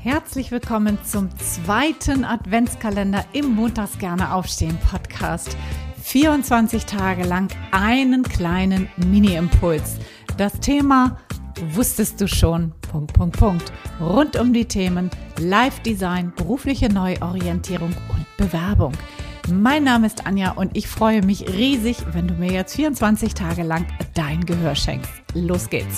Herzlich willkommen zum zweiten Adventskalender im Montags gerne aufstehen Podcast. 24 Tage lang einen kleinen Mini-Impuls. Das Thema wusstest du schon, ... Rund um die Themen Live-Design, berufliche Neuorientierung und Bewerbung. Mein Name ist Anja und ich freue mich riesig, wenn du mir jetzt 24 Tage lang dein Gehör schenkst. Los geht's!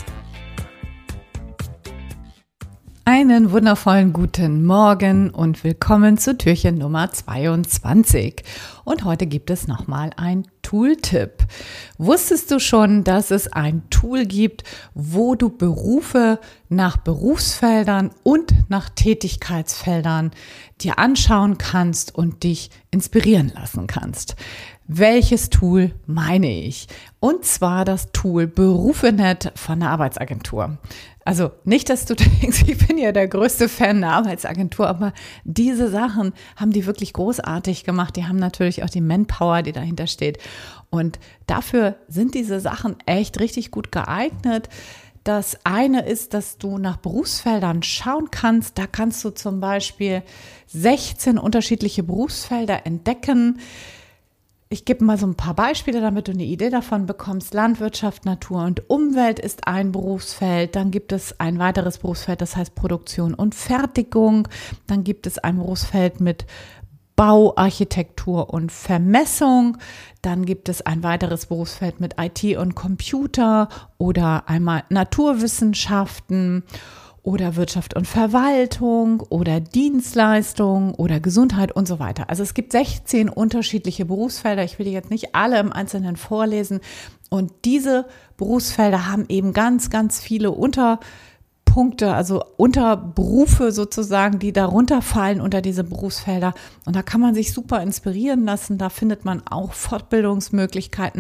Einen wundervollen guten Morgen und willkommen zu Türchen Nummer 22. Und heute gibt es nochmal ein Tooltip. Wusstest du schon, dass es ein Tool gibt, wo du Berufe nach Berufsfeldern und nach Tätigkeitsfeldern dir anschauen kannst und dich inspirieren lassen kannst? Welches Tool meine ich? Und zwar das Tool Berufenet von der Arbeitsagentur. Also nicht, dass du denkst, ich bin ja der größte Fan der Arbeitsagentur, aber diese Sachen haben die wirklich großartig gemacht. Die haben natürlich auch die Manpower, die dahinter steht. Und dafür sind diese Sachen echt richtig gut geeignet. Das eine ist, dass du nach Berufsfeldern schauen kannst. Da kannst du zum Beispiel 16 unterschiedliche Berufsfelder entdecken. Ich gebe mal so ein paar Beispiele, damit du eine Idee davon bekommst. Landwirtschaft, Natur und Umwelt ist ein Berufsfeld. Dann gibt es ein weiteres Berufsfeld, das heißt Produktion und Fertigung. Dann gibt es ein Berufsfeld mit Bau, Architektur und Vermessung. Dann gibt es ein weiteres Berufsfeld mit IT und Computer oder einmal Naturwissenschaften oder Wirtschaft und Verwaltung oder Dienstleistung oder Gesundheit und so weiter. Also es gibt 16 unterschiedliche Berufsfelder. Ich will die jetzt nicht alle im Einzelnen vorlesen. Und diese Berufsfelder haben eben ganz, ganz viele Unterpunkte, also Unterberufe sozusagen, die darunter fallen unter diese Berufsfelder. Und da kann man sich super inspirieren lassen. Da findet man auch Fortbildungsmöglichkeiten,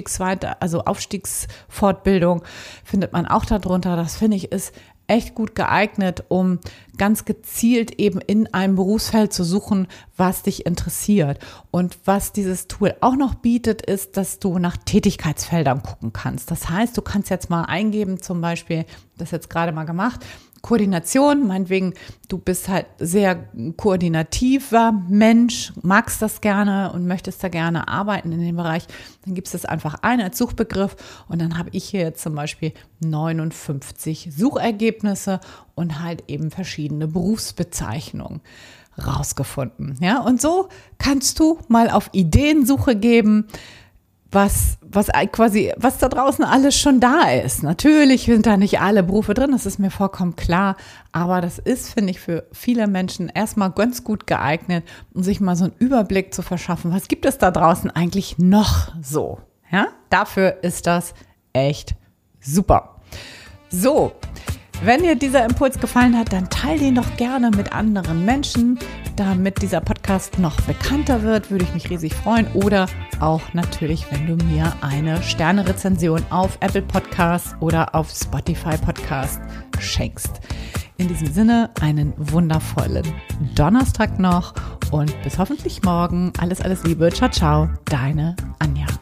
Aufstiegsfortbildung findet man auch darunter. Das finde ich ist echt gut geeignet, um ganz gezielt eben in einem Berufsfeld zu suchen, was dich interessiert. Und was dieses Tool auch noch bietet, ist, dass du nach Tätigkeitsfeldern gucken kannst. Das heißt, du kannst jetzt mal eingeben, zum Beispiel, das jetzt gerade mal gemacht, Koordination, meinetwegen, du bist halt sehr koordinativer Mensch, magst das gerne und möchtest da gerne arbeiten in dem Bereich, dann gibst du es einfach ein als Suchbegriff und dann habe ich hier jetzt zum Beispiel 59 Suchergebnisse und halt eben verschiedene Berufsbezeichnungen rausgefunden. Ja, und so kannst du mal auf Ideensuche geben, was da draußen alles schon da ist. Natürlich sind da nicht alle Berufe drin, das ist mir vollkommen klar, aber das ist, finde ich, für viele Menschen erstmal ganz gut geeignet, um sich mal so einen Überblick zu verschaffen, was gibt es da draußen eigentlich noch so. Ja? Dafür ist das echt super. So, wenn dir dieser Impuls gefallen hat, dann teile den doch gerne mit anderen Menschen, damit dieser Podcast noch bekannter wird, würde ich mich riesig freuen. Oder auch natürlich, wenn du mir eine Sterne-Rezension auf Apple Podcasts oder auf Spotify Podcast schenkst. In diesem Sinne einen wundervollen Donnerstag noch und bis hoffentlich morgen. Alles Liebe. Ciao, ciao. Deine Anja.